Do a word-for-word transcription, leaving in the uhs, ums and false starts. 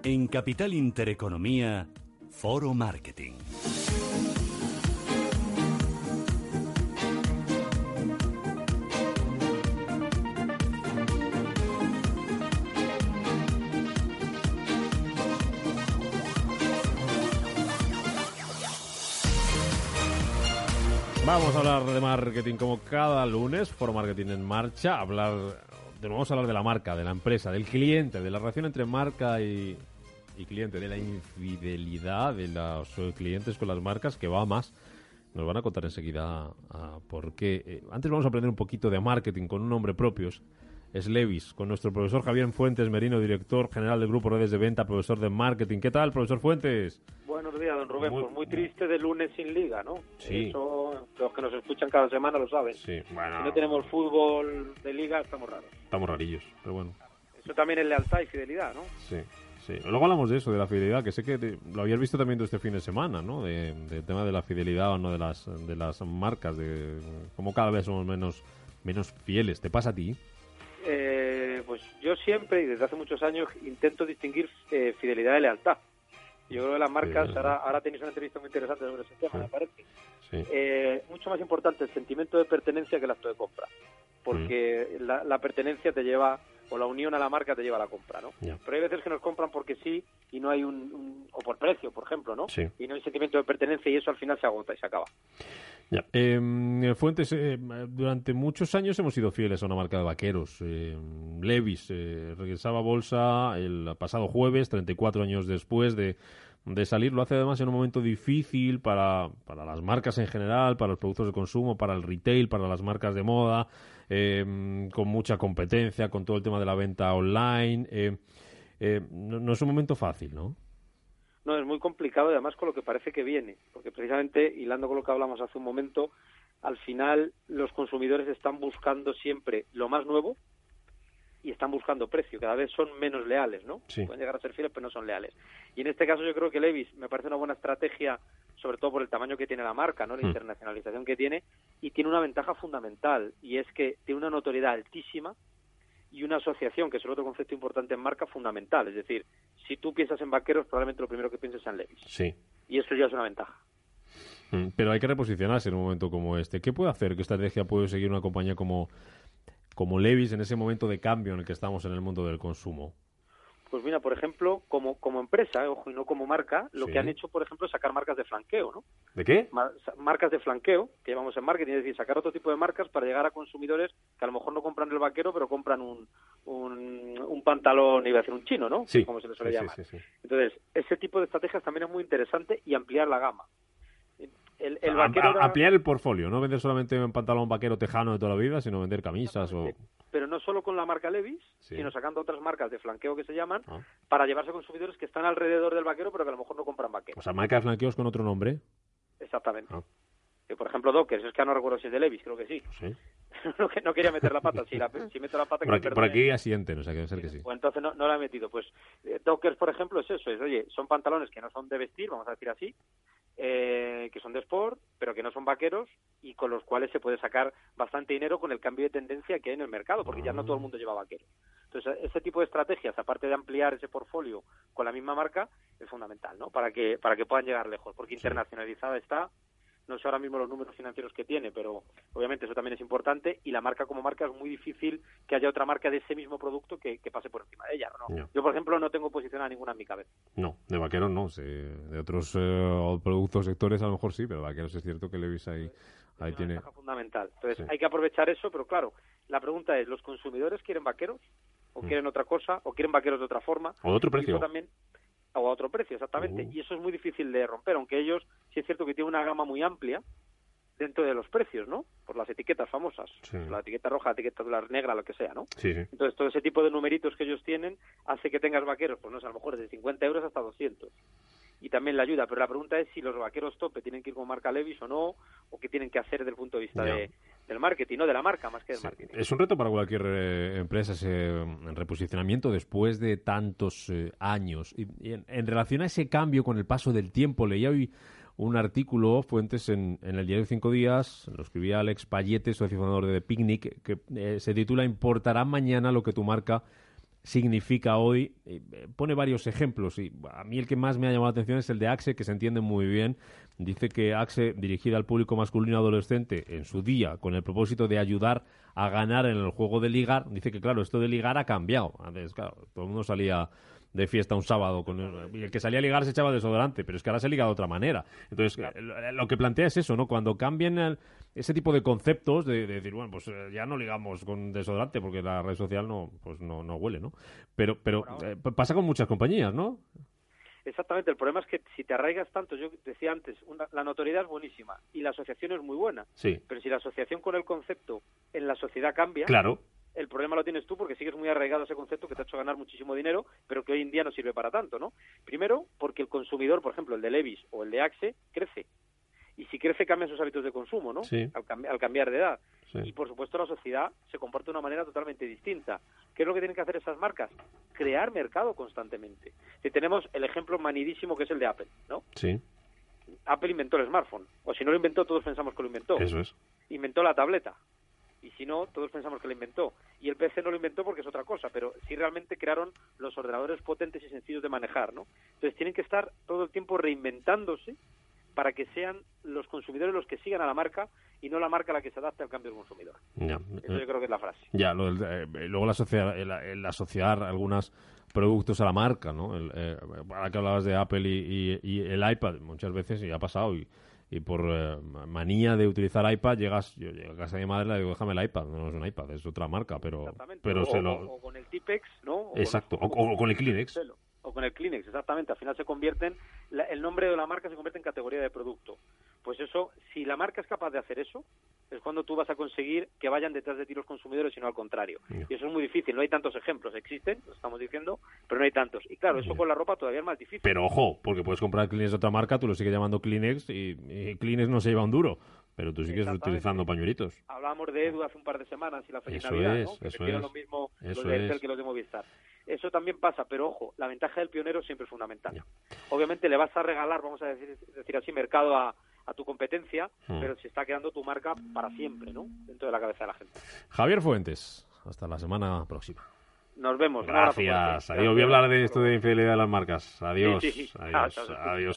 En Capital Intereconomía, Foro Marketing. Vamos a hablar de marketing como cada lunes, Foro Marketing en marcha, hablar, de nuevo vamos a hablar de la marca, de la empresa, del cliente, de la relación entre marca y, y cliente, de la infidelidad de los clientes con las marcas, que va a más. Nos van a contar enseguida uh, por qué. Eh, antes vamos a aprender un poquito de marketing con un nombre propio. Es Levis, con nuestro profesor Javier Fuentes Merino, director general del Grupo Redes de Venta, profesor de marketing. ¿Qué tal, profesor Fuentes? Buenos días, don Rubén. Muy, pues muy triste de lunes sin liga, ¿no? Sí. Eso los que nos escuchan cada semana lo saben. Sí, bueno. Si no tenemos fútbol de liga, estamos raros. Estamos rarillos, pero bueno. Eso también es lealtad y fidelidad, ¿no? Sí, sí. Luego hablamos de eso, de la fidelidad, que sé que te, lo habías visto también tú este fin de semana, ¿no? De, de tema de la fidelidad o no de las, de las marcas, de cómo cada vez somos menos, menos fieles. ¿Te pasa a ti? Eh, pues yo siempre, y desde hace muchos años, intento distinguir eh, fidelidad de lealtad. Yo creo que las marcas, sí, ahora, ahora tenéis una entrevista muy interesante sobre ese tema, sí, me parece. Sí. Eh, mucho más importante el sentimiento de pertenencia que el acto de compra. Porque mm. la, la pertenencia te lleva, o la unión a la marca te lleva a la compra, ¿no? Yeah. Pero hay veces que nos compran porque sí y no hay un, un o por precio, por ejemplo, ¿no? Sí. Y no hay sentimiento de pertenencia y eso al final se agota y se acaba. Ya. Eh, Fuentes, eh, durante muchos años hemos sido fieles a una marca de vaqueros. Eh, Levis eh, regresaba a bolsa el pasado jueves, treinta y cuatro años después de, de salir. Lo hace además en un momento difícil para, para las marcas en general, para los productos de consumo, para el retail, para las marcas de moda, eh, con mucha competencia, con todo el tema de la venta online. Eh, eh, no, no es un momento fácil, ¿no? No, es muy complicado y además con lo que parece que viene, porque precisamente, hilando con lo que hablamos hace un momento, al final los consumidores están buscando siempre lo más nuevo y están buscando precio, cada vez son menos leales, ¿no? Sí. Pueden llegar a ser fieles, pero no son leales. Y en este caso yo creo que Levis me parece una buena estrategia, sobre todo por el tamaño que tiene la marca, ¿no? La mm. internacionalización que tiene, y tiene una ventaja fundamental, y es que tiene una notoriedad altísima y una asociación, que es el otro concepto importante en marca, fundamental. Es decir, si tú piensas en vaqueros, probablemente lo primero que pienses es en Levis. Sí. Y eso ya es una ventaja. Mm, pero hay que reposicionarse en un momento como este. ¿Qué puede hacer? ¿Qué estrategia puede seguir una compañía como, como Levis en ese momento de cambio en el que estamos en el mundo del consumo? Pues mira, por ejemplo, como como empresa, eh, ojo, y no como marca, lo sí. que han hecho, por ejemplo, es sacar marcas de flanqueo, ¿no? ¿De qué? Mar- marcas de flanqueo, que llamamos en marketing, es decir, sacar otro tipo de marcas para llegar a consumidores que a lo mejor no compran el vaquero, pero compran un, un, un pantalón, iba a decir un chino, ¿no? Sí. Como se le suele sí, llamar. Sí, sí, sí. Entonces, ese tipo de estrategias también es muy interesante y ampliar la gama. El, el O sea, vaquero a, era... ampliar el portfolio, no vender solamente un pantalón vaquero tejano de toda la vida, sino vender camisas o... Pero no solo con la marca Levis, sí. sino sacando otras marcas de flanqueo que se llaman, ah. para llevarse a consumidores que están alrededor del vaquero, pero que a lo mejor no compran vaquero. O sea, marca de flanqueos con otro nombre. Exactamente. Ah. Que, por ejemplo, Dockers, es que no recuerdo si es de Levis, creo que sí. Sí. no, no quería meter la pata, si, la, si meto la pata... Por que aquí, por aquí asienten, o sea, que debe ser que sí. Pues entonces no, no la he metido. Pues eh, Dockers, por ejemplo, es eso, es, oye, son pantalones que no son de vestir, vamos a decir así, eh, que son de sport, pero que no son vaqueros y con los cuales se puede sacar bastante dinero con el cambio de tendencia que hay en el mercado, porque ya no todo el mundo lleva vaquero. Entonces, ese tipo de estrategias, aparte de ampliar ese portfolio con la misma marca, es fundamental, ¿no? Para que para que puedan llegar lejos, porque internacionalizada está. No sé ahora mismo los números financieros que tiene, pero obviamente eso también es importante, y la marca como marca es muy difícil que haya otra marca de ese mismo producto que, que pase por encima de ella, ¿no? No. Yo, por ejemplo, no tengo posicionada ninguna en mi cabeza. No, de vaqueros no, sí, de otros eh, productos, sectores a lo mejor sí, pero vaqueros es cierto que Levis ahí, ahí es tiene... una ventaja fundamental. Entonces, sí. hay que aprovechar eso, pero claro, la pregunta es, ¿los consumidores quieren vaqueros? ¿O mm. quieren otra cosa? ¿O quieren vaqueros de otra forma? ¿O de otro precio? Y eso también... o a otro precio, exactamente. Uh. Y eso es muy difícil de romper, aunque ellos sí es cierto que tienen una gama muy amplia dentro de los precios, ¿no? Por las etiquetas famosas, sí. la etiqueta roja, la etiqueta negra, lo que sea, ¿no? Sí, sí. Entonces, todo ese tipo de numeritos que ellos tienen hace que tengas vaqueros, pues no sé, a lo mejor desde cincuenta euros hasta doscientos. Y también la ayuda, pero la pregunta es si los vaqueros tope tienen que ir con marca Levis o no, o qué tienen que hacer desde el punto de vista de, del marketing, no de la marca, más que del sí. marketing. Es un reto para cualquier eh, empresa ese en reposicionamiento después de tantos eh, años. Y, y en, en relación a ese cambio con el paso del tiempo, leía hoy un artículo, Fuentes, en, en el diario Cinco Días, lo escribía Alex Payete, socio fundador de The Picnic, que eh, se titula "Importará mañana lo que tu marca significa hoy. Eh, pone varios ejemplos y a mí el que más me ha llamado la atención es el de Axe, que se entiende muy bien. Dice que Axe, dirigida al público masculino adolescente en su día, con el propósito de ayudar a ganar en el juego de ligar, dice que, claro, esto de ligar ha cambiado. Antes, claro, todo el mundo salía de fiesta un sábado con el, y el que salía a ligar se echaba desodorante, pero es que ahora se liga de otra manera. Entonces, claro, lo que plantea es eso, ¿no? Cuando cambien el, ese tipo de conceptos de, de decir, bueno, pues eh, ya no ligamos con desodorante porque la red social no pues no, no huele, ¿no? Pero pero eh, pasa con muchas compañías, ¿no? Exactamente, el problema es que si te arraigas tanto, yo decía antes, una, la notoriedad es buenísima y la asociación es muy buena, sí. Pero si la asociación con el concepto en la sociedad cambia, claro, el problema lo tienes tú porque sigues muy arraigado a ese concepto que te ha hecho ganar muchísimo dinero, pero que hoy en día no sirve para tanto, ¿no? Primero, porque el consumidor, por ejemplo, el de Levi's o el de Axe, crece. Y si crece, cambian sus hábitos de consumo, ¿no? Sí. Al, cambi- al cambiar de edad. Sí. Y, por supuesto, la sociedad se comporta de una manera totalmente distinta. ¿Qué es lo que tienen que hacer esas marcas? Crear mercado constantemente. Si tenemos el ejemplo manidísimo que es el de Apple, ¿no? Sí. Apple inventó el smartphone. O si no lo inventó, todos pensamos que lo inventó. Eso es. Inventó la tableta. Y si no, todos pensamos que lo inventó. Y el P C no lo inventó porque es otra cosa, pero sí realmente crearon los ordenadores potentes y sencillos de manejar, ¿no? Entonces tienen que estar todo el tiempo reinventándose para que sean los consumidores los que sigan a la marca y no la marca la que se adapte al cambio del consumidor. Ya. Eso yo creo que es la frase. Ya, lo del, eh, luego la asocia, el, el asociar algunos productos a la marca, ¿no? El, eh, ahora que hablabas de Apple y, y, y el iPad, muchas veces, y ha pasado, y, y por eh, manía de utilizar iPad, llegas, yo llego a casa de mi madre y le digo, déjame el iPad, no es un iPad, es otra marca, pero, pero o, se lo... o, o con el Tipex, ¿no? O Exacto, con, o, o con el Kleenex. O con el Kleenex, exactamente. Al final se convierten, la, el nombre de la marca se convierte en categoría de producto. Pues eso, si la marca es capaz de hacer eso, es cuando tú vas a conseguir que vayan detrás de ti los consumidores y no al contrario. Yeah. Y eso es muy difícil, no hay tantos ejemplos, existen, lo estamos diciendo, pero no hay tantos. Y claro, eso yeah. con la ropa todavía es más difícil. Pero ojo, porque puedes comprar Kleenex de otra marca, tú lo sigues llamando Kleenex y, y Kleenex no se lleva un duro, pero tú sigues utilizando pañuelitos. Hablábamos de Edu hace un par de semanas y la feliz eso Navidad, es, ¿no? Que eso metieron es, lo mismo eso los de Airtel es. que los de Movistar. Eso también pasa, pero ojo, la ventaja del pionero siempre es fundamental. Yeah. Obviamente le vas a regalar, vamos a decir, decir así, mercado a, a tu competencia, mm. pero se está quedando tu marca para siempre, ¿no? Dentro de la cabeza de la gente. Javier Fuentes, hasta la semana próxima. Nos vemos. Gracias. Adiós. Voy a hablar de esto de infidelidad de las marcas. Adiós. Sí, sí. Adiós. Ah, adiós.